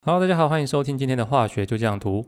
Hello，大家好，欢迎收听今天的化学就这样读。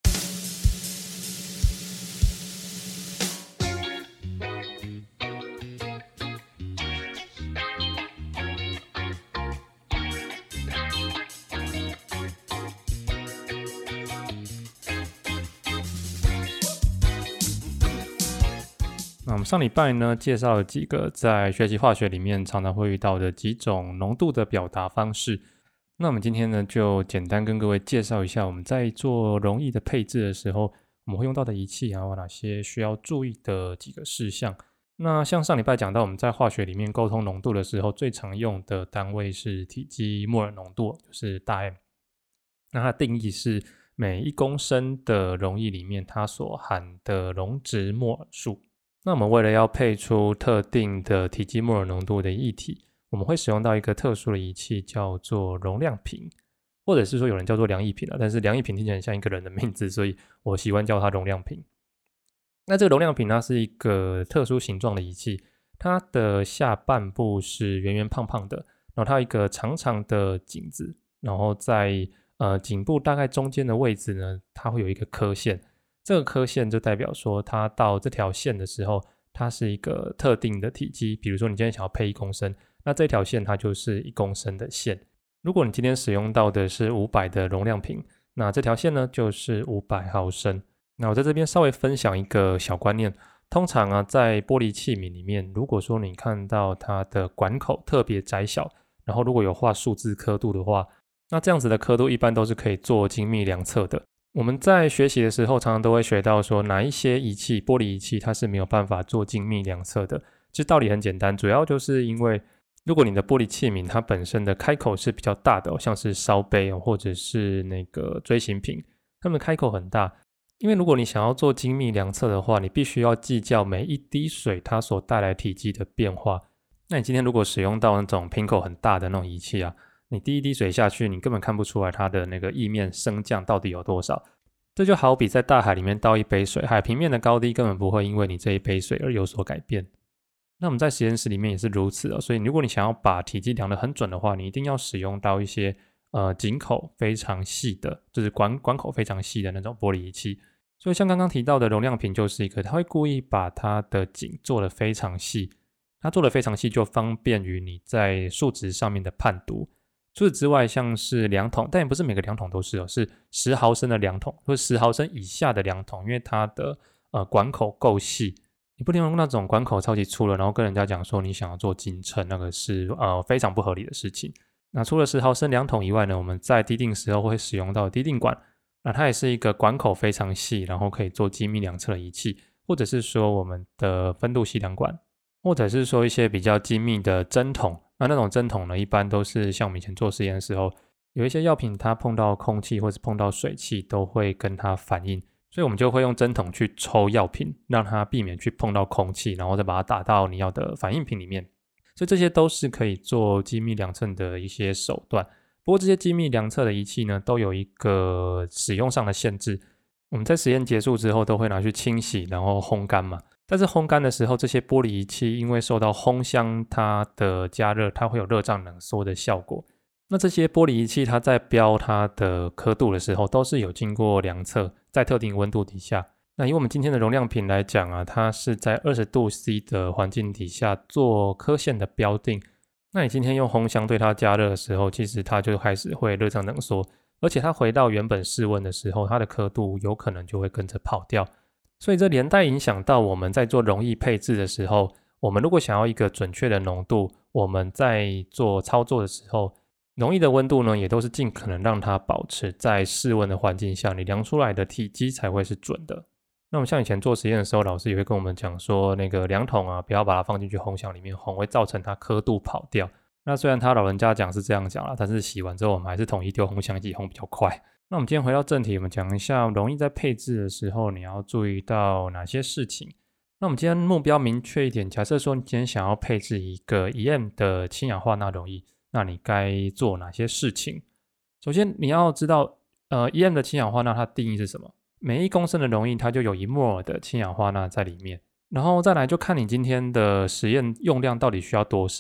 那我们上礼拜呢，介绍了几个在学习化学里面常常会遇到的几种浓度的表达方式。那我们今天呢，就简单跟各位介绍一下，我们在做溶液的配置的时候，我们会用到的仪器，还有哪些需要注意的几个事项。那像上礼拜讲到，我们在化学里面沟通浓度的时候，最常用的单位是体积摩尔浓度，就是大 M。那它的定义是每1公升的溶液里面，它所含的溶质摩尔数。那我们为了要配出特定的体积摩尔浓度的液体，我们会使用到一个特殊的仪器，叫做容量瓶，或者是说有人叫做量液瓶，但是量液瓶听起来很像一个人的名字，所以我习惯叫它容量瓶。那这个容量瓶它是一个特殊形状的仪器，它的下半部是圆圆胖胖的，然后它有一个长长的颈子，然后在颈部大概中间的位置呢，它会有一个刻线，这个刻线就代表说它到这条线的时候，它是一个特定的体积，比如说你今天想要配1公升，那这条线它就是1公升的线。如果你今天使用到的是500的容量瓶，那这条线呢就是500毫升。那我在这边稍微分享一个小观念，通常啊，在玻璃器皿里面，如果说你看到它的管口特别窄小，然后如果有画数字刻度的话，那这样子的刻度一般都是可以做精密量测的。我们在学习的时候，常常都会学到说哪一些仪器，玻璃仪器它是没有办法做精密量测的。其实道理很简单，主要就是因为如果你的玻璃器皿它本身的开口是比较大的，像是烧杯或者是那个锥形瓶，它们的开口很大。因为如果你想要做精密量测的话，你必须要计较每一滴水它所带来体积的变化。那你今天如果使用到那种瓶口很大的那种仪器啊，你滴一滴水下去，你根本看不出来它的那个液面升降到底有多少。这就好比在大海里面倒一杯水，海平面的高低根本不会因为你这一杯水而有所改变。那我们在实验室里面也是如此所以如果你想要把体积量得很准的话，你一定要使用到一些井口非常细的，就是管口非常细的那种玻璃仪器。所以像刚刚提到的容量瓶就是一个，它会故意把它的井做得非常细，它做得非常细就方便于你在数值上面的判读。除此之外，像是量筒，但也不是每个量筒都是是10毫升的量筒或者10毫升以下的量筒，因为它的管口够细，你不能用那种管口超级粗了，然后跟人家讲说你想要做精称，那个是非常不合理的事情。那除了10毫升量筒以外呢，我们在滴定时候会使用到滴定管，那它也是一个管口非常细，然后可以做精密量测的仪器，或者是说我们的分度细量管，或者是说一些比较精密的针筒。那种针筒呢，一般都是像我们以前做实验的时候，有一些药品它碰到空气或是碰到水汽都会跟它反应，所以我们就会用针筒去抽药品，让它避免去碰到空气，然后再把它打到你要的反应品里面。所以这些都是可以做精密量测的一些手段。不过这些精密量测的仪器呢，都有一个使用上的限制。我们在实验结束之后都会拿去清洗，然后烘干嘛。但是烘干的时候，这些玻璃仪器因为受到烘箱它的加热，它会有热胀冷缩的效果。那这些玻璃仪器它在标它的刻度的时候，都是有经过量测，在特定温度底下。那以我们今天的容量瓶来讲啊，它是在20度 C 的环境底下做刻线的标定。那你今天用烘箱对它加热的时候，其实它就开始会热胀冷缩，而且它回到原本室温的时候，它的刻度有可能就会跟着跑掉。所以这连带影响到我们在做溶液配置的时候，我们如果想要一个准确的浓度，我们在做操作的时候，溶液的温度呢，也都是尽可能让它保持在室温的环境下，你量出来的体积才会是准的。那我们像以前做实验的时候，老师也会跟我们讲说，那个量筒啊，不要把它放进去烘箱里面烘，会造成它刻度跑掉。那虽然他老人家讲是这样讲啦，但是洗完之后我们还是统一丢烘箱一起烘比较快。那我们今天回到正题，我们讲一下溶液在配置的时候你要注意到哪些事情。那我们今天目标明确一点，假设说你今天想要配置一个 1M 的氢氧化钠溶液，那你该做哪些事情？首先你要知道1M 的氢氧化钠它的定义是什么，每1公升的溶液它就有1摩尔的氢氧化钠在里面，然后再来就看你今天的实验用量到底需要多少。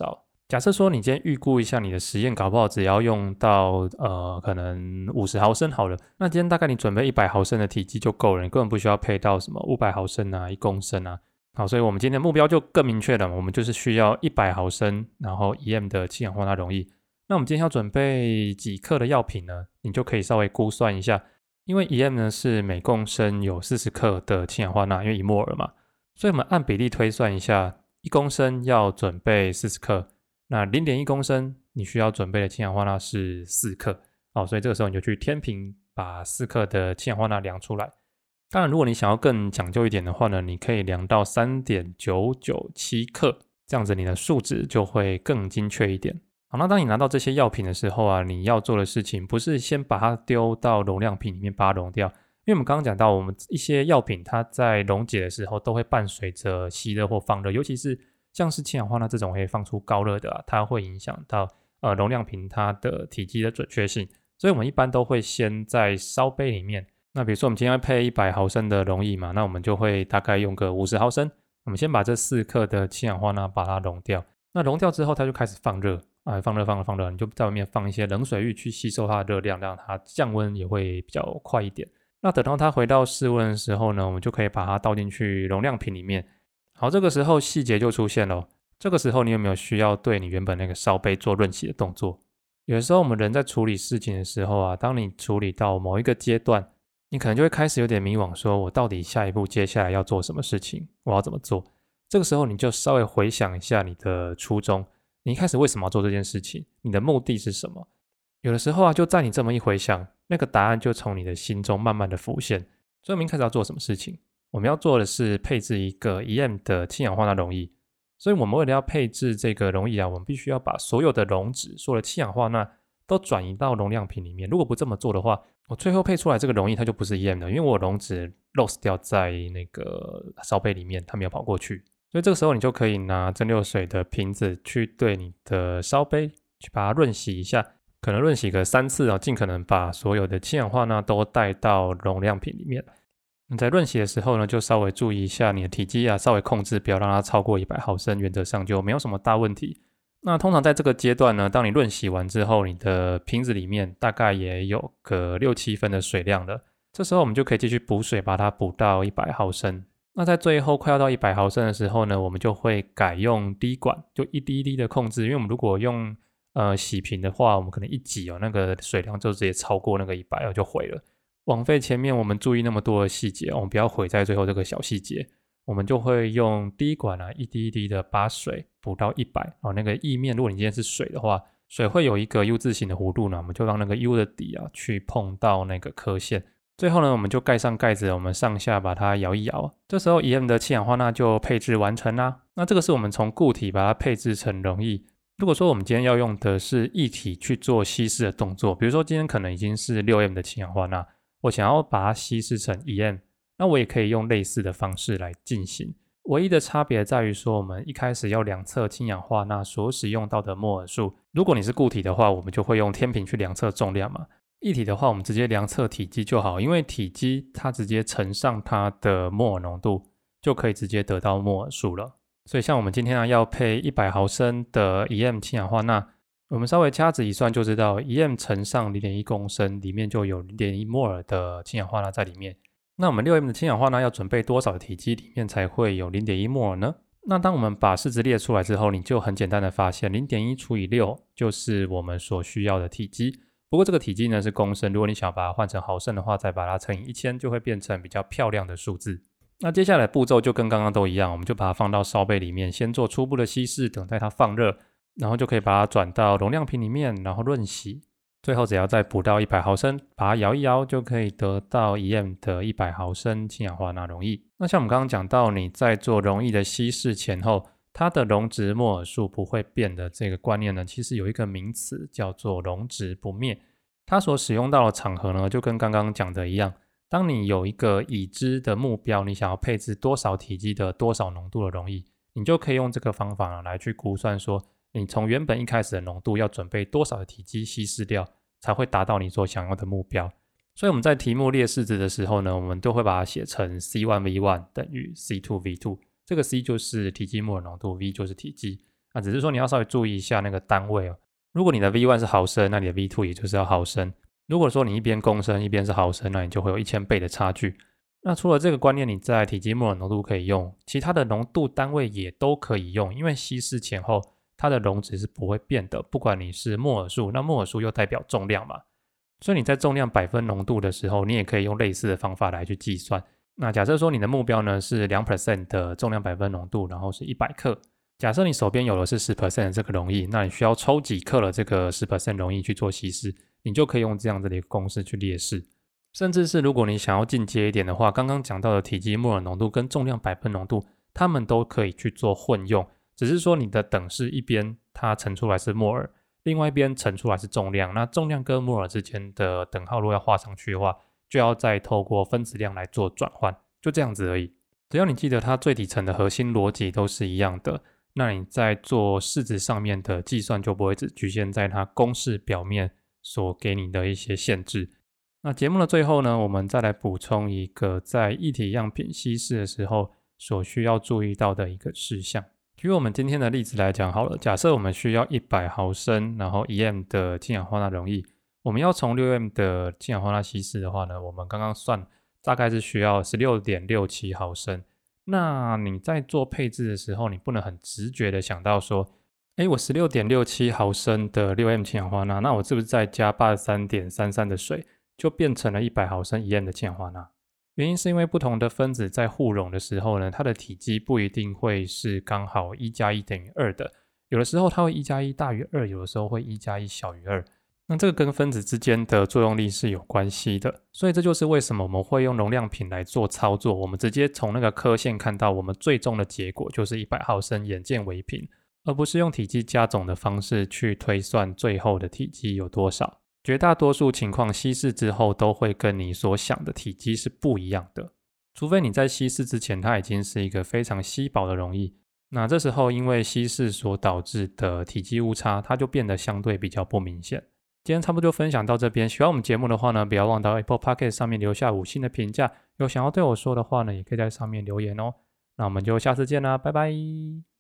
假设说你今天预估一下你的实验搞不好只要用到可能50毫升好了，那今天大概你准备100毫升的体积就够了，你根本不需要配到什么500毫升啊、1公升啊。好，所以我们今天的目标就更明确了，我们就是需要100毫升，然后 1m 的氢氧化钠溶液。那我们今天要准备几克的药品呢？你就可以稍微估算一下，因为 1m 呢是每公升有40克的氢氧化钠，因为1摩尔嘛，所以我们按比例推算一下，1公升要准备40克。那 0.1 公升你需要准备的氢氧化钠是4克，所以这个时候你就去天平把4克的氢氧化钠量出来。当然如果你想要更讲究一点的话呢，你可以量到 3.997 克，这样子你的数值就会更精确一点。好，那当你拿到这些药品的时候啊，你要做的事情不是先把它丢到容量瓶里面把它溶掉，因为我们刚刚讲到我们一些药品它在溶解的时候都会伴随着吸热或放热，尤其是像是氢氧化钠这种可以放出高热的它会影响到容量瓶它的体积的准确性，所以我们一般都会先在烧杯里面，那比如说我们今天要配100毫升的溶液嘛，那我们就会大概用个50毫升，我们先把这4克的氢氧化钠把它溶掉，那溶掉之后它就开始放热放热，你就在外面放一些冷水浴去吸收它的热量，让它降温也会比较快一点。那等到它回到室温的时候呢，我们就可以把它倒进去容量瓶里面。好，这个时候细节就出现了。这个时候你有没有需要对你原本那个烧杯做润洗的动作？有的时候我们人在处理事情的时候啊，当你处理到某一个阶段，你可能就会开始有点迷惘，说我到底下一步接下来要做什么事情，我要怎么做？这个时候你就稍微回想一下你的初衷，你一开始为什么要做这件事情？你的目的是什么？有的时候啊，就在你这么一回想，那个答案就从你的心中慢慢的浮现。所以我们一开始要做什么事情？我们要做的是配置一个 1m 的氢氧化钠溶液，所以我们为了要配置这个溶液啊，我们必须要把所有的溶质、所有的氢氧化钠都转移到容量瓶里面。如果不这么做的话，我最后配出来这个溶液它就不是 1m 的，因为我溶质 lost 掉在那个烧杯里面，它没有跑过去。所以这个时候你就可以拿蒸馏水的瓶子去对你的烧杯去把它润洗一下，可能润洗个3次尽可能把所有的氢氧化钠都带到容量瓶里面。你在润洗的时候呢，就稍微注意一下你的体积稍微控制，不要让它超过100毫升，原则上就没有什么大问题。那通常在这个阶段呢，当你润洗完之后，你的瓶子里面大概也有个6-7分的水量了，这时候我们就可以继续补水，把它补到100毫升。那在最后快要到100毫升的时候呢，我们就会改用滴管，就一滴一滴的控制，因为我们如果用洗瓶的话，我们可能一挤那个水量就直接超过那个100就毁了。枉费前面我们注意那么多的细节，我们不要毁在最后这个小细节，我们就会用滴管一滴一滴的把水补到100。那个液面如果你今天是水的话，水会有一个 U 字形的弧度呢，我们就让那个 U 的底去碰到那个刻线。最后呢，我们就盖上盖子，我们上下把它摇一摇，这时候 1m 的氢氧化钠就配置完成啦。那这个是我们从固体把它配置成溶液。如果说我们今天要用的是液体去做稀释的动作，比如说今天可能已经是 6m 的氢氧化钠，我想要把它稀释成 1m， 那我也可以用类似的方式来进行。唯一的差别在于说，我们一开始要量测氢氧化钠所使用到的摩尔数。如果你是固体的话，我们就会用天平去量测重量嘛。液体的话，我们直接量测体积就好，因为体积它直接乘上它的摩尔浓度，就可以直接得到摩尔数了。所以像我们今天要配100毫升的 1m 氢氧化钠，我们稍微掐指一算就知道 1m 乘上 0.1 公升里面就有 0.1 摩尔的氢氧化钠在里面。那我们 6m 的氢氧化钠要准备多少的体积里面才会有 0.1 摩尔呢？那当我们把式子列出来之后，你就很简单的发现 0.1 除以6就是我们所需要的体积。不过这个体积呢是公升，如果你想把它换成毫升的话，再把它乘以1000，就会变成比较漂亮的数字。那接下来步骤就跟刚刚都一样，我们就把它放到烧杯里面，先做初步的稀释，等待它放热，然后就可以把它转到容量瓶里面，然后润洗。最后只要再补到100毫升，把它摇一摇，就可以得到 1m 的100毫升氢氧化钠溶液。那像我们刚刚讲到，你在做溶液的稀释前后，它的溶质摩尔数不会变的这个观念呢，其实有一个名词叫做溶质不灭。它所使用到的场合呢，就跟刚刚讲的一样，当你有一个已知的目标，你想要配置多少体积的多少浓度的溶液，你就可以用这个方法来去估算说，你从原本一开始的浓度要准备多少的体积稀释掉，才会达到你所想要的目标。所以我们在题目列式子的时候呢，我们都会把它写成 C1V1 等于 C2V2， 这个 C 就是体积摩尔浓度， V 就是体积。 只是说你要稍微注意一下那个单位哦。如果你的 V1 是毫升，那你的 V2 也就是要毫升。如果说你一边公升一边是毫升，那你就会有1000倍的差距。那除了这个观念你在体积摩尔浓度可以用，其他的浓度单位也都可以用，因为稀释前后它的溶值是不会变的，不管你是摩尔数，那摩尔数又代表重量嘛，所以你在重量百分浓度的时候，你也可以用类似的方法来去计算。那假设说你的目标呢是 2% 的重量百分浓度，然后是100克，假设你手边有的是 10% 的这个溶液，那你需要抽几克的这个 10% 溶液去做稀释，你就可以用这样子的一个公式去列示。甚至是如果你想要进阶一点的话，刚刚讲到的体积摩尔浓度跟重量百分浓度，它们都可以去做混用，只是说你的等式一边它乘出来是摩尔，另外一边乘出来是重量，那重量跟摩尔之间的等号如果要画上去的话，就要再透过分子量来做转换，就这样子而已。只要你记得它最底层的核心逻辑都是一样的，那你在做式子上面的计算就不会只局限在它公式表面所给你的一些限制。那节目的最后呢，我们再来补充一个在液体样品稀释的时候所需要注意到的一个事项。举我们今天的例子来讲好了，假设我们需要100毫升，然后 1m 的氢氧化钠溶液，我们要从 6m 的氢氧化钠稀释的话呢，我们刚刚算大概是需要 16.67 毫升。那你在做配置的时候，你不能很直觉的想到说，我 16.67 毫升的 6m 氢氧化钠，那我是不是再加 83.33 的水就变成了100毫升 1m 的氢氧化钠？原因是因为不同的分子在互溶的时候呢，它的体积不一定会是刚好1+1等于2的，有的时候它会1+1大于2，有的时候会1+1小于2。那这个跟分子之间的作用力是有关系的，所以这就是为什么我们会用容量品来做操作，我们直接从那个刻线看到我们最终的结果就是100毫升，眼见为凭，而不是用体积加总的方式去推算最后的体积有多少。绝大多数情况稀释之后都会跟你所想的体积是不一样的，除非你在稀释之前它已经是一个非常稀薄的溶液，那这时候因为稀释所导致的体积误差，它就变得相对比较不明显。今天差不多就分享到这边，喜欢我们节目的话呢，不要忘到 Apple Podcast 上面留下5星的评价，有想要对我说的话呢，也可以在上面留言哦。那我们就下次见啦，拜拜。